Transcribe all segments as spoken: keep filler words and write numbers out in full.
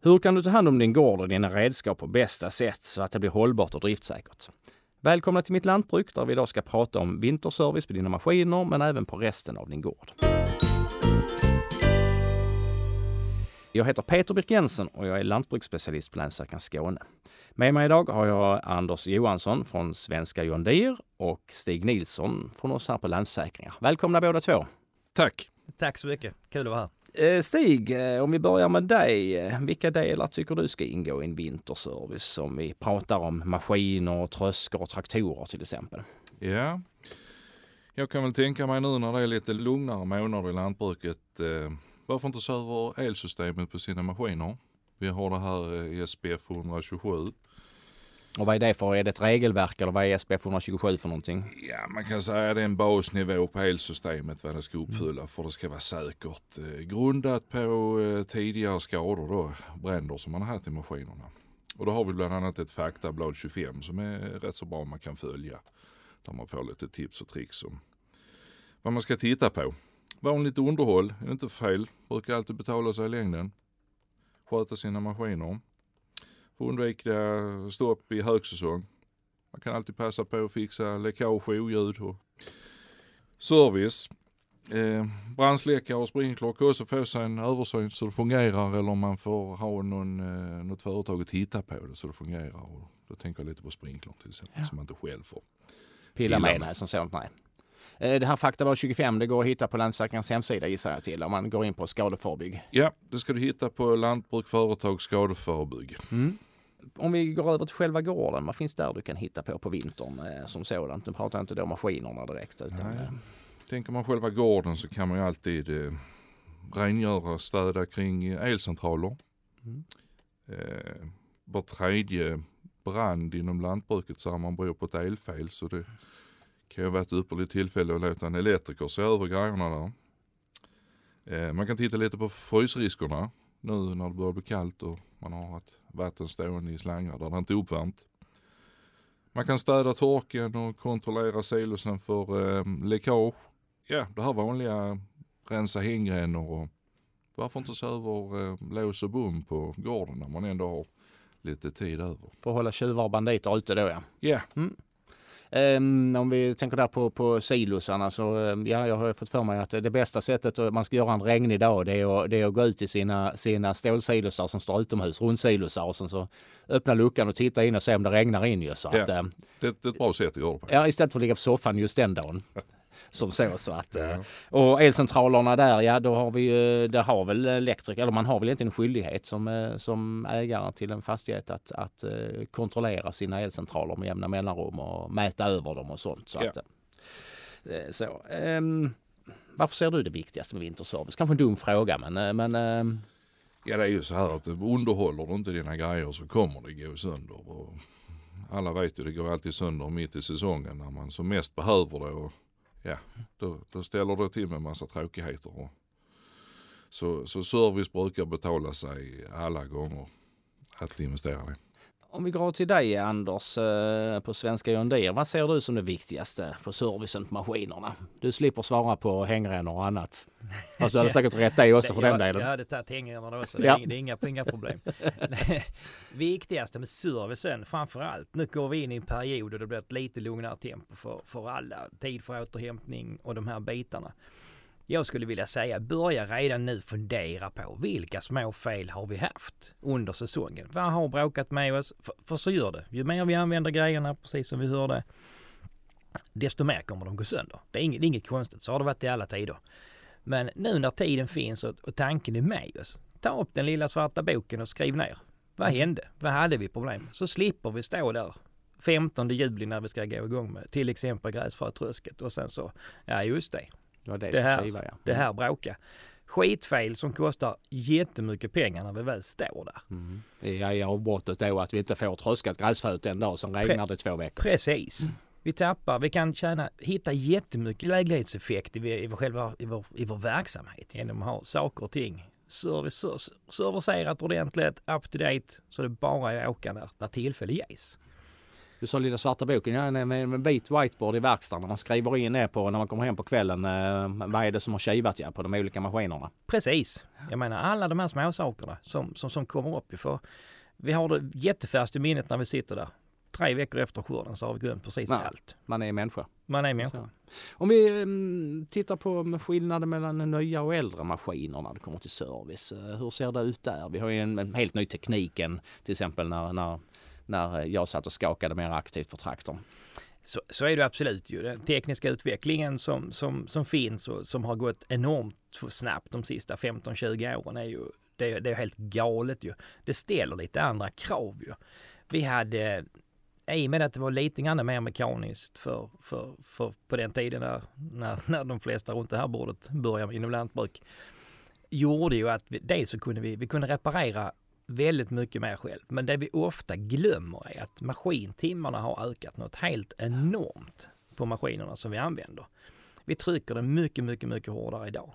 Hur kan du ta hand om din gård och dina redskap på bästa sätt så att det blir hållbart och driftsäkert? Välkomna till mitt lantbruk där vi idag ska prata om vinterservice på dina maskiner men även på resten av din gård. Jag heter Peter Birk Jensen och jag är lantbruksspecialist på Länsstyrelsen Skåne. Med mig idag har jag Anders Johansson från Svenska John Deere och Stig Nilsson från oss här på Länssäkringar. Välkomna båda två. Tack. Tack så mycket. Kul att vara här. Stig, om vi börjar med dig. Vilka delar tycker du ska ingå i en vinterservice om vi pratar om maskiner, tröskor och traktorer till exempel? Ja, jag kan väl tänka mig nu när det är lite lugnare månader i lantbruket. Eh, varför inte se över elsystemet på sina maskiner? Vi har det här S P F ett tjugosju. Och vad är det för? Är det ett regelverk eller vad är S P F ett tjugosju för någonting? Ja, man kan säga att det är en basnivå på elsystemet vad det ska uppfylla för det ska vara säkert. Eh, grundat på eh, tidigare skador då, bränder som man har haft i maskinerna. Och då har vi bland annat ett faktablad tjugofem som är rätt så bra man kan följa. Där man får lite tips och tricks om vad man ska titta på. Vanligt underhåll är inte fel, brukar alltid betala sig i längden. Sköta sina maskiner. För undvika stopp i högsäsong. Man kan alltid passa på att fixa läckage, oljud och service. Eh, brandsläckare och sprinkler kan också få sig en översyn så det fungerar eller om man får ha någon, eh, något företag att titta på det så det fungerar. Och då tänker jag lite på sprinkler till exempel ja. Som man inte själv får. Pilla med, med. Som sånt, nej. Det här faktablad tjugofem, det går att hitta på Länssäkrings hemsida gissar jag till om man går in på skadeförebygg. Ja, det ska du hitta på Lantbruk, företag, skadeförebygg. Mm. Om vi går över till själva gården, vad finns där du kan hitta på på vintern eh, som sådant? Nu pratar jag inte då maskinerna direkt. Utan, Nej. Eh. Tänker man själva gården så kan man ju alltid eh, rengöra, städa kring elcentraler. Mm. Eh, var tredje brand inom lantbruket så har man beror på ett elfel så det kan ju vara ett ypperligt tillfälle att låta en elektriker se över grejerna där. Eh, man kan titta lite på frysriskerna nu när det börjar bli kallt och man har ett vatten stående i slangar där det inte är uppvärmt. Man kan städa torken och kontrollera silosen för eh, läckage. Ja, det här vanliga rensa hängränor och varför inte se över eh, lås och bom på gården när man ändå har lite tid över. För att hålla tjuvar och banditer ute då, ja. Ja. Yeah. Mm. Um, om vi tänker där på, på silosarna så um, ja, jag har fått för mig att det bästa sättet att man ska göra en regnig dag det är att, det är att gå ut i sina, sina stålsilosar som står utomhus, rundsilosar och sen så öppna luckan och titta in och se om det regnar in ju. Så ja, att, um, det, det är ett bra sätt att göra det på. Ja, istället för att ligga på soffan just den dagen. Som så, så att, ja. Och elcentralerna där, ja då har vi ju, det har väl elektriker, eller man har väl inte en skyldighet som, som ägare till en fastighet att, att kontrollera sina elcentraler med jämna mellanrum och mäta över dem och sånt. Så, ja. att, så um, varför ser du det viktigaste med vinterservice? Kanske en dum fråga, men... men um... Ja, det är ju så här att underhåller du inte dina grejer så kommer det gå sönder. Och alla vet ju, det går alltid sönder mitt i säsongen när man som mest behöver det och ja, då, då ställer det till med en massa tråkigheter. Och så, så service brukar betala sig alla gånger att investera det. Om vi går till dig Anders på Svenska John Deere, vad ser du som det viktigaste på servicen på maskinerna? Du slipper svara på hängränor och annat. Fast du hade säkert rätt dig också för jag, den delen. Jag hade tagit hängränor också, det är, ja. inga, det är inga, inga problem. Viktigaste med servicen framförallt, nu går vi in i en period och det blir ett lite lugnare tempo för, för alla. Tid för återhämtning och de här bitarna. Jag skulle vilja säga, börja redan nu fundera på vilka små fel har vi haft under säsongen. Vad har bråkat med oss? För, för så gör det. Ju mer vi använder grejerna, precis som vi hörde, desto mer kommer de gå sönder. Det är inget, det är inget konstigt, så har det varit i alla tider. Men nu när tiden finns och, och tanken är med oss, ta upp den lilla svarta boken och skriv ner. Vad hände? Vad hade vi problem med? Så slipper vi stå där femtonde juli när vi ska gå igång med till exempel gräsfrötrösket och sen så, ja just det. Ja, det, det, här, skriva, ja. det här bråka. Skitfel som kostar jättemycket pengar när vi väl står där. Mm. Ja, i avbrottet då att vi inte får tröskat gräsfrö en dag som regnar det två veckor. Precis. Mm. Vi tappar, vi kan tjäna, hitta jättemycket läglighetseffekt i, i, vår, själva, i, vår, i vår verksamhet genom att ha saker och ting service, servicerat ordentligt, up to date, så det bara är åka där, där tillfälle ges. Du sa lilla svarta boken, ja, med en vit whiteboard i verkstaden. Man skriver in det på när man kommer hem på kvällen. Vad är det som har kivat ja, på de olika maskinerna? Precis. Jag menar alla de här små sakerna som, som, som kommer upp. För vi har det jättefärskt i minnet när vi sitter där. Tre veckor efter skörden så har vi glömt precis Nej, allt. Man är människa. Man är människa. Så. Om vi um, tittar på skillnaden mellan nya och äldre maskiner när det kommer till service. Hur ser det ut där? Vi har ju en, en helt ny tekniken till exempel när, när, när jag satt och skakade mer aktivt för traktorn. Så, så är det absolut ju. Den tekniska utvecklingen som, som, som finns och som har gått enormt snabbt de sista femton tjugo åren är ju det, det är helt galet ju. Det ställer lite andra krav ju. Vi hade i och med att det var lite grann mer mekaniskt för, för, för på den tiden när, när, när de flesta runt det här bordet började inom lantbruk, gjorde ju att vi, dels så kunde vi, vi kunde reparera väldigt mycket mer själv. Men det vi ofta glömmer är att maskintimmarna har ökat något helt enormt på maskinerna som vi använder. Vi trycker det mycket, mycket, mycket hårdare idag.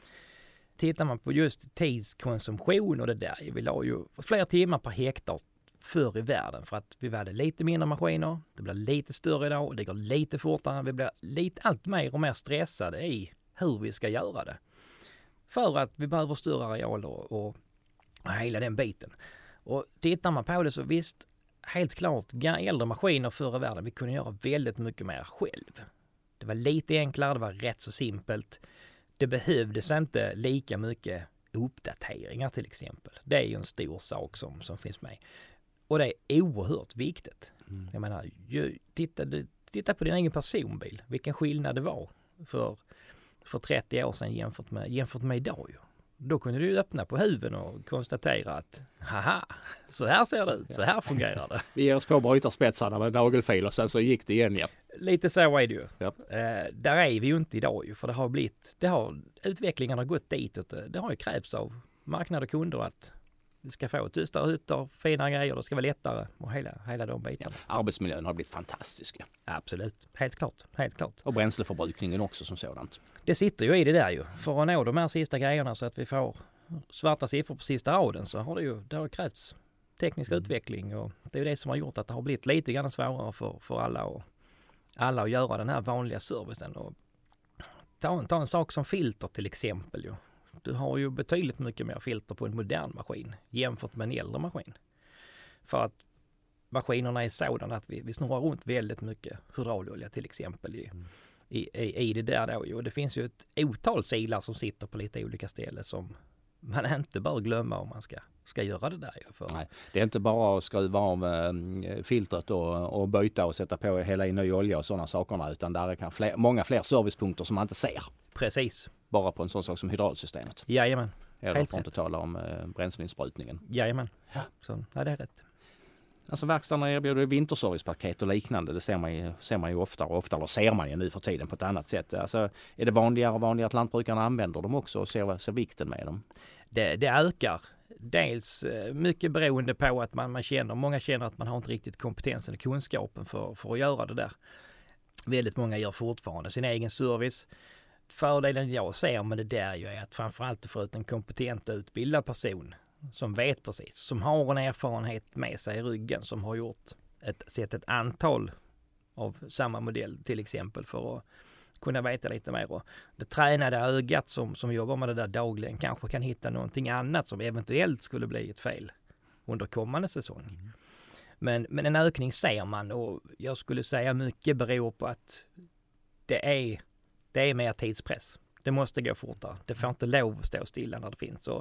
Tittar man på just tidskonsumtion och det där, vi la ju flera timmar per hektar förr i världen för att vi hade lite mindre maskiner, det blir lite större idag och det går lite fortare. Vi blir lite allt mer och mer stressade i hur vi ska göra det. För att vi behöver större arealer och, och, och hela den biten. Och tittar man på det så visst, helt klart, äldre maskiner förr i världen, vi kunde göra väldigt mycket mer själv. Det var lite enklare, det var rätt så simpelt. Det behövdes inte lika mycket uppdateringar till exempel. Det är ju en stor sak som, som finns med. Och det är oerhört viktigt. Mm. Jag menar, ju, titta, titta på din egen personbil. Vilken skillnad det var för, för trettio år sedan jämfört med, jämfört med idag. Ju. Då kunde du öppna på huven och konstatera att haha, så här ser det ut, så här fungerar det. Vi ger oss på brytarspetsarna med nagelfil och sen så gick det igen. Ja. Lite så är det ju. Yep. Eh, där är vi ju inte idag ju, för det har blivit, det har, utvecklingen har gått ditåt. Det har ju krävts av marknad och kunder att det ska få tystare hytter, fina grejer, det ska vara lättare och hela, hela de bitarna. Ja, arbetsmiljön har blivit fantastisk. Ja. Absolut, helt klart, helt klart. Och bränsleförbrukningen också som sådant. Det sitter ju i det där ju. För att nå de här sista grejerna så att vi får svarta siffror på sista raden så har det ju det har krävts teknisk mm. utveckling och det är ju det som har gjort att det har blivit lite grann svårare för, för alla, och, alla att göra den här vanliga servicen. Och ta, ta en sak som filter till exempel ju. Du har ju betydligt mycket mer filter på en modern maskin jämfört med en äldre maskin. För att maskinerna är sådana att vi, vi snurrar runt väldigt mycket hydraulolja till exempel i, mm. i, i, i det där då. Och det finns ju ett otal silar som sitter på lite olika ställen som man inte bör glömma om man ska, ska göra det där. För. Nej, det är inte bara att skruva av äh, filtret och, och byta och sätta på hela i ny olja och sådana sakerna, utan där är kan fler, många fler servicepunkter som man inte ser. Precis. Bara på en sån sak som hydraulsystemet. Jajamän. Eller för att inte tala om äh, bränsleinsprutningen. Jajamän. Ja. Så, ja, det är rätt. Alltså verkstäderna erbjuder vinterservicepaket och liknande. Det ser man ju, ser man ju ofta och ofta, eller ser man ju nu för tiden på ett annat sätt. Alltså, är det vanligare och vanligare att lantbrukarna använder dem också och ser, ser vikten med dem? Det, det ökar. Dels mycket beroende på att man, man känner, många känner att man har inte riktigt kompetensen och kunskapen för, för att göra det där. Väldigt många gör fortfarande sin egen service. Fördelen jag ser med det där ju är att framförallt få ut en kompetent och utbildad person som vet precis, som har en erfarenhet med sig i ryggen, som har gjort ett, sett ett antal av samma modell till exempel för att kunna veta lite mer. Och det tränade ögat som, som jobbar med det där dagligen kanske kan hitta någonting annat som eventuellt skulle bli ett fel under kommande säsong. Mm. Men, men en ökning ser man, och jag skulle säga mycket beror på att det är, det är mer tidspress. Det måste gå fortare. Det får inte lov att stå stilla när det finns. Och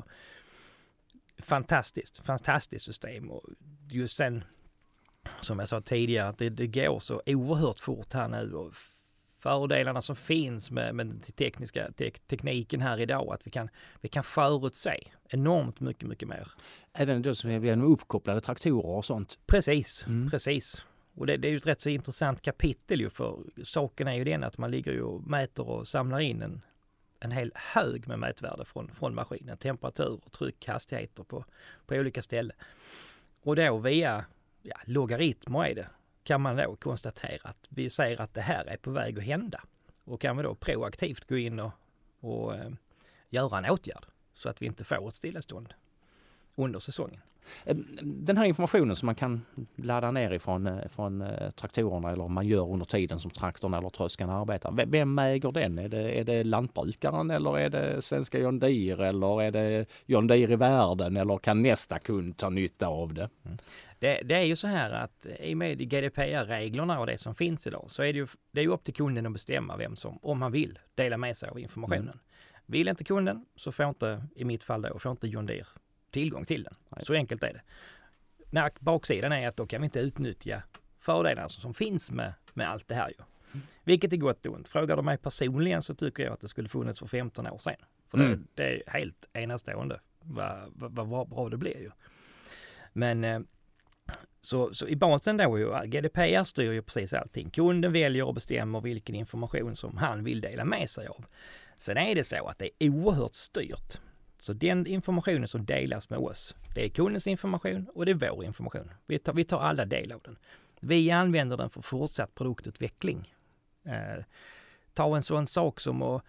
fantastiskt, fantastiskt system. Och just sen, som jag sa tidigare, att det, det går så oerhört fort här nu. Och fördelarna som finns med, med den tekniska te, tekniken här idag, att vi kan, vi kan förutse enormt mycket, mycket mer. Även då som är med uppkopplade traktorer och sånt. Precis, mm. precis. Och det, det är ju ett rätt så intressant kapitel ju, för saken är ju den att man ligger ju och mäter och samlar in en, en hel hög med mätvärde från, från maskinen. Temperatur, tryck, hastigheter på, på olika ställen. Och då via ja, logaritmer är det, kan man då konstatera att vi säger att det här är på väg att hända. Och kan vi då proaktivt gå in och, och eh, göra en åtgärd så att vi inte får ett stillestånd. under säsongen. Den här informationen som man kan ladda ner ifrån från traktorerna eller man gör under tiden som traktorn eller tröskan arbetar. Vem äger den? Är det, är det lantbrukaren eller är det svenska John Deere eller är det John Deere i världen eller kan nästa kund ta nytta av det? Mm. Det, det är ju så här att i och med G D P R-reglerna och det som finns idag så är det ju, det är ju upp till kunden att bestämma vem som, om han vill, dela med sig av informationen. Mm. Vill inte kunden så får inte, i mitt fall då, får inte John Deere tillgång till den. Nej. Så enkelt är det. När baksidan är att då kan vi inte utnyttja fördelarna som finns med, med allt det här ju. Mm. Vilket är gott och ont. Frågar du mig personligen så tycker jag att det skulle funnits för femton år sedan. För mm. det, det är helt enastående vad, vad, vad bra det blir ju. Men eh, så, så i basen då ju, G D P R styr ju precis allting. Kunden väljer och bestämmer vilken information som han vill dela med sig av. Sen är det så att det är oerhört styrt. Så den informationen som delas med oss, det är kundens information och det är vår information. Vi tar, vi tar alla del av den. Vi använder den för fortsatt produktutveckling. Eh, ta en sån sak som att,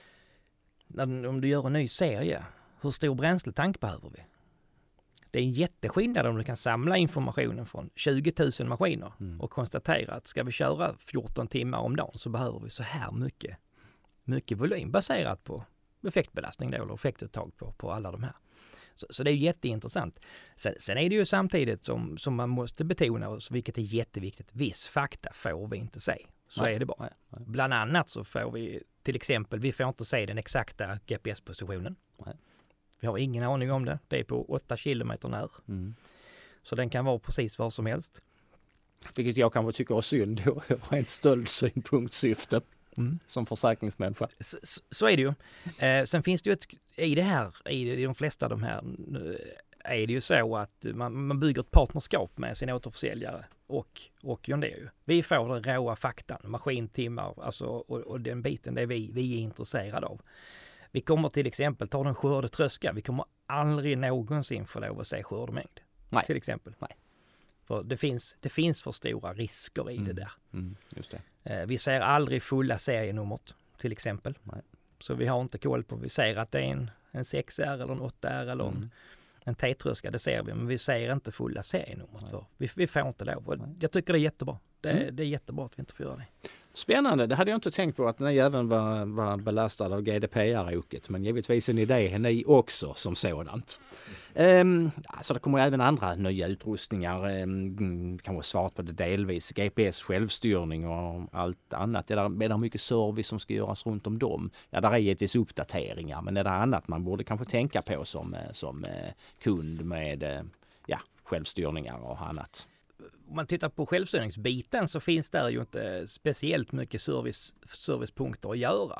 om du gör en ny serie, hur stor bränsletank behöver vi? Det är en jätteskillnad om du kan samla informationen från tjugo tusen maskiner mm. och konstatera att ska vi köra fjorton timmar om dagen så behöver vi så här mycket, mycket volym baserat på effektbelastning då, eller effektuttag på, på alla de här. Så, så det är jätteintressant. Sen, sen är det ju samtidigt som, som man måste betona, vilket är jätteviktigt, viss fakta får vi inte se. Så nej, är det bara. Nej, nej. Bland annat så får vi, till exempel, vi får inte se den exakta G P S-positionen. Nej. Vi har ingen aning om det. Det är på åtta kilometer när. Mm. Så den kan vara precis var som helst. Vilket jag kanske tycker är synd. Jag har en stöldsynpunktsyfte. Mm. Som försäkringsmänniska. Så, så är det ju. Eh, sen finns det ju ett, i det här, i de flesta av de här, är det ju så att man, man bygger ett partnerskap med sin återförsäljare och, och John Deere. Vi får den råa faktan, maskintimmar, alltså, och, och den biten det är vi, vi är intresserade av. Vi kommer till exempel ta den skördetröska. Vi kommer aldrig någonsin få lov att se skördemängd. Nej. Till exempel. Nej. För det finns, det finns för stora risker i mm. det där. Mm, just det. Eh, vi ser aldrig fulla serienumret till exempel. Nej. Så vi har inte koll på, vi ser att det är en, en sex R eller en åtta R eller mm. en, en T-tröska, det ser vi. Men vi ser inte fulla serienumret. För vi, vi får inte lov. Och jag tycker det är jättebra. Det, mm. det är jättebra att vi inte får göra det. Spännande, det hade jag inte tänkt på att ni även var, var belastade av G D P R-oket. Men givetvis är ni det, ni också som sådant. Um, alltså det kommer även andra nya utrustningar. Um, kanske svarat på det delvis. G P S, självstyrning och allt annat. Är det, är det mycket service som ska göras runt om dem? Ja, där är givetvis uppdateringar. Men är det annat man borde kanske tänka på som, som kund med ja, självstyrningar och annat? Om man tittar på självstyrningsbiten så finns det ju inte speciellt mycket service, servicepunkter att göra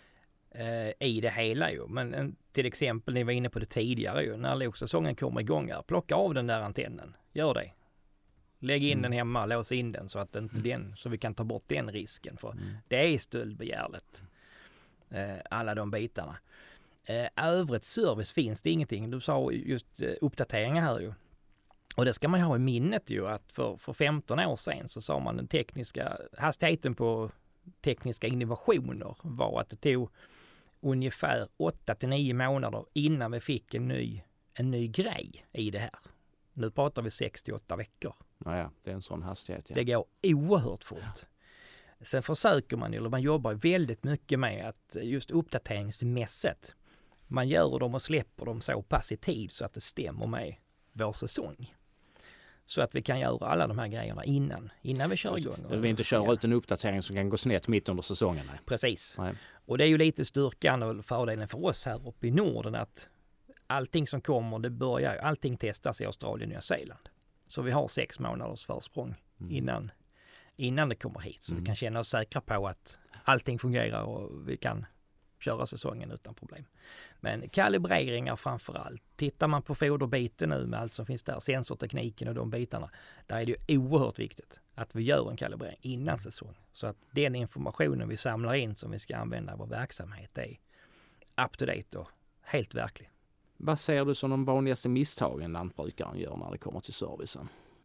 eh, i det hela ju. Men en, till exempel, ni var inne på det tidigare ju, när loksäsongen kommer igång här, plocka av den där antennen, gör det. Lägg in mm. den hemma, lås in den så att inte mm. den, så vi kan ta bort den risken, för mm. det är stöldbegärligt. Eh, alla de bitarna. Eh, övrigt service finns det ingenting. Du sa just eh, uppdateringar här ju. Och det ska man ha i minnet ju, att för, för femton år sedan så sa man den tekniska hastigheten på tekniska innovationer var att det tog ungefär åtta till nio månader innan vi fick en ny, en ny grej i det här. Nu pratar vi sex till åtta veckor. Naja, det är en sån hastighet. Ja. Det går oerhört fort. Ja. Sen försöker man ju, eller man jobbar väldigt mycket med att just uppdateringsmässigt, man gör dem och släpper dem så pass i tid så att det stämmer med vår säsong. Så att vi kan göra alla de här grejerna innan, innan vi kör igång. Vi inte kör ja. ut en uppdatering som kan gå snett mitt under säsongen. Nej. Precis. Nej. Och det är ju lite styrkan och fördelen för oss här uppe i Norden att allting som kommer, det börjar, allting testas i Australien och Nya Zeeland. Så vi har sex månaders försprång mm. innan, innan det kommer hit. Så mm. vi kan känna oss säkra på att allting fungerar och vi kan köra säsongen utan problem. Men kalibreringar framför allt. Tittar man på foderbiten nu med allt som finns där, sensortekniken och de bitarna, där är det ju oerhört viktigt att vi gör en kalibrering innan säsong. Så att den informationen vi samlar in som vi ska använda i vår verksamhet är up to date och helt verklig. Vad ser du som de vanligaste misstagen lantbrukaren gör när det kommer till servicen?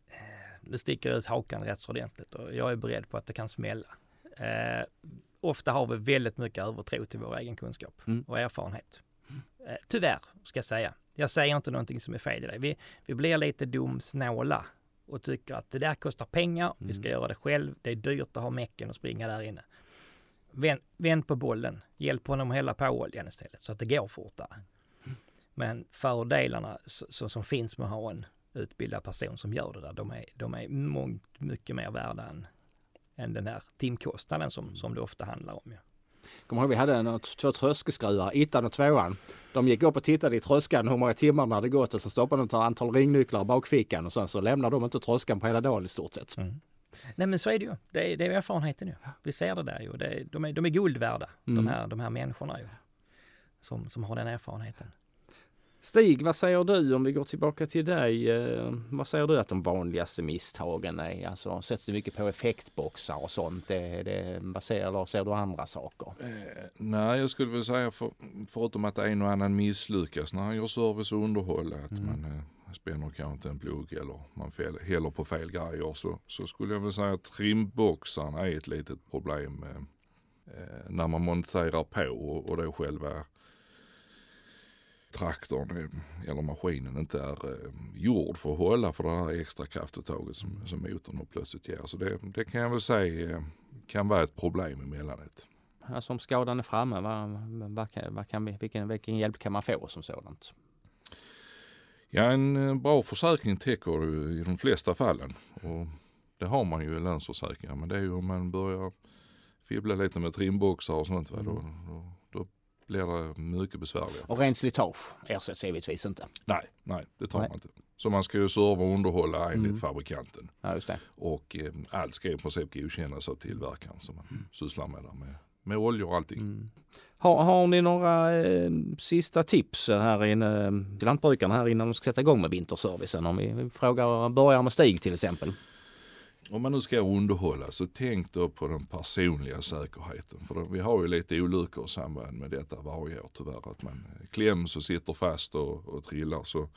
Nu sticker ut hakan rätt så ordentligt och jag är beredd på att det kan smälla. Eh, ofta har vi väldigt mycket övertro till vår egen kunskap mm. och erfarenhet. Mm. Eh, tyvärr ska jag säga. Jag säger inte någonting som är fel i det. Vi, vi blir lite dumsnåla och tycker att det där kostar pengar, mm. vi ska göra det själv, det är dyrt att ha mäcken och springa där inne. Vänd, vänd på bollen, hjälp honom att hälla på oljan istället så att det går fortare. Mm. Men fördelarna så, så, som finns med att ha en utbildad person som gör det där, de är, de är mångt, mycket mer värda än, än den här timkostnaden som, som det ofta handlar om. Ja. Kommer ihåg, vi hade en, två tröskeskruvar, ettan och tvåan. De gick upp och tittade i tröskan hur många timmar det hade gått och så stoppade de ett antal ringnycklar i bakfickan och sen så lämnade de inte tröskan på hela dagen i stort sett. Mm. Nej men så är det ju. Det är, det är erfarenheten ju. Vi ser det där ju. Det är, de, är, de är guld värda, mm. de, här, de här människorna ju. Som, som har den erfarenheten. Stig, vad säger du om vi går tillbaka till dig? Eh, vad säger du att de vanligaste misstagen är? Alltså sätts det mycket på effektboxar och sånt? Det, det, vad säger, eller ser du andra saker? Eh, nej, jag skulle väl säga för, förutom att en och annan misslyckas när han gör service och underhåll, att mm. man eh, spänner kanske inte en plugg eller man fel, häller på fel grejer, så, så skulle jag väl säga att trimboxarna är ett litet problem eh, eh, när man monterar på och, och då själva traktorn eller maskinen inte är eh, gjord för att hålla för det här extra kraftuttaget som, som motorn plötsligt ger. Så det, det kan jag väl säga eh, kan vara ett problem emellanåt. Alltså om skadan är framme, vad, vad, vad kan vi, vilken, vilken hjälp kan man få som sådant? Ja, en bra försäkring täcker i de flesta fallen. Och det har man ju i länsförsäkringar, men det är ju om man börjar fibbla lite med trimboxar och sånt, va, då, då, då blir det mycket besvärligare. Och rent slitage ersätts givetvis inte? Nej, nej det tar nej. man inte. Så man ska ju serva och underhålla enligt mm. fabrikanten. Ja, just det. Och eh, allt ska i princip godkännas av tillverkaren som man mm. sysslar med, där, med, med olja och allting. Mm. Har, har ni några eh, sista tips här inne, till lantbrukarna här innan de ska sätta igång med vinterservicen? Om vi, vi frågar, börjar med Stig till exempel. Om man nu ska underhålla, så tänk då på den personliga säkerheten. För då, vi har ju lite olyckor i samband med detta varje år tyvärr. Att man kläms och sitter fast och, och trillar. Så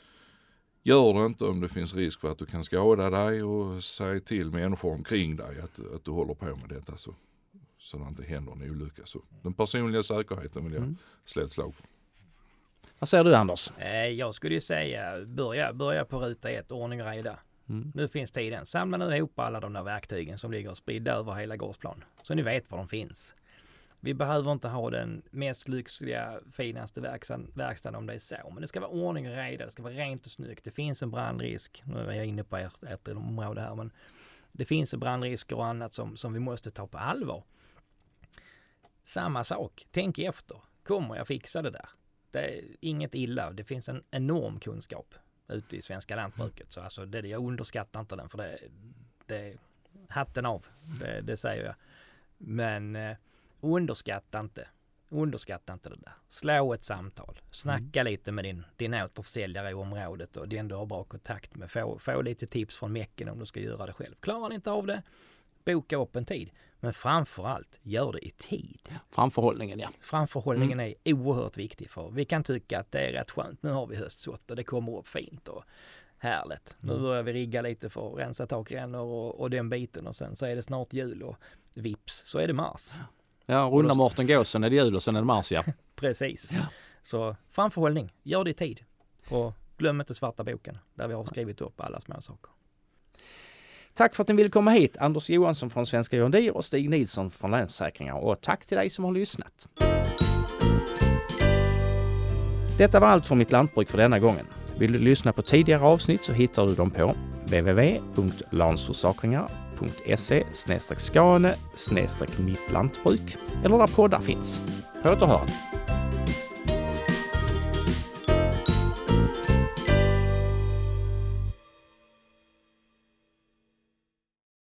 gör det inte om det finns risk för att du kan skada dig, och säg till människor omkring dig att, att du håller på med detta. Så. Så det inte händer en olycka. Så den personliga säkerheten vill jag mm. slå ett slag för. Vad säger du, Anders? Jag skulle ju säga börja, börja på ruta ett, ordning och reda. Mm. Nu finns tiden. Samla nu ihop alla de där verktygen som ligger spridda över hela gårdsplan. Så ni vet var de finns. Vi behöver inte ha den mest lyxiga, finaste verkstaden, verkstaden om det är så. Men det ska vara ordning och reda. Det ska vara rent och snyggt. Det finns en brandrisk. Nu är jag inne på ert, ert område här. Men det finns brandrisker och annat som, som vi måste ta på allvar. Samma sak. Tänk efter. Kommer jag fixa det där? Det är inget illa. Det finns en enorm kunskap ute i svenska lantbruket. Så alltså, det, jag underskattar inte den, för det, det hatten av. Det, det säger jag. Men eh, underskatta inte. Underskatta inte det där. Slå ett samtal. Snacka mm. lite med din, din återförsäljare i området och den du har bra kontakt med. Få, få lite tips från mäcken om du ska göra det själv. Klarar ni inte av det, boka upp en tid. Men framförallt, gör det i tid. Framförhållningen, ja. Framförhållningen mm. är oerhört viktig, för vi kan tycka att det är rätt skönt. Nu har vi höstsått och det kommer upp fint och härligt. Mm. Nu börjar vi rigga lite för att rensa takrännor och, och den biten, och sen så är det snart jul och vips så är det mars. Ja, runda Mårten Gåsen är det jul och sen är det mars, ja. Precis. Ja. Så framförhållning, gör det i tid. Och glöm inte svarta boken där vi har skrivit upp alla små saker. Tack för att ni ville komma hit, Anders Johansson från Svenska John Deere och Stig Nilsson från Länsförsäkringar. Och tack till dig som har lyssnat. Detta var allt från Mitt Lantbruk för denna gången. Vill du lyssna på tidigare avsnitt så hittar du dem på w w w punkt lansförsakringar punkt se slash skane slash mittlantbruk eller där poddar finns. På återhörande.